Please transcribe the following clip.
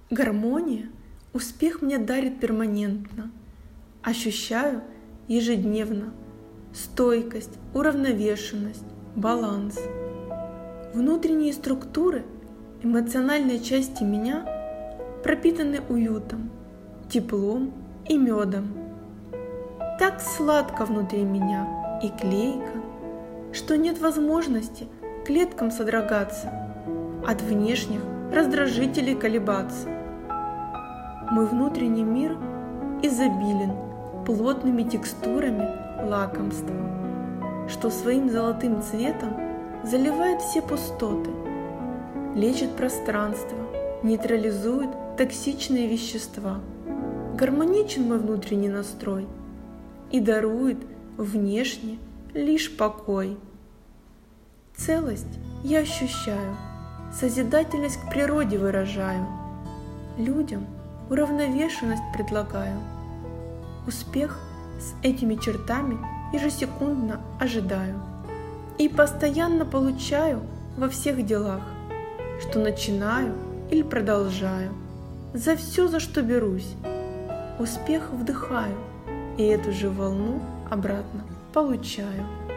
Гармония успех мне дарит перманентно. Ощущаю ежедневно стойкость, уравновешенность, баланс. Внутренние структуры эмоциональной части меня пропитаны уютом, теплом и медом. Так сладко внутри меня и клейко, что нет возможности клеткам содрогаться, от внешних раздражителей колебаться. Мой внутренний мир изобилен плотными текстурами лакомства, что своим золотым цветом заливает все пустоты, лечит пространство, нейтрализует токсичные вещества. Гармоничен мой внутренний настрой и дарует внешне лишь покой. Целость я ощущаю, созидательность к природе выражаю, людям уравновешенность предлагаю. Успех с этими чертами ежесекундно ожидаю и постоянно получаю во всех делах, что начинаю или продолжаю, за все, за что берусь. Успех вдыхаю и эту же волну обратно получаю.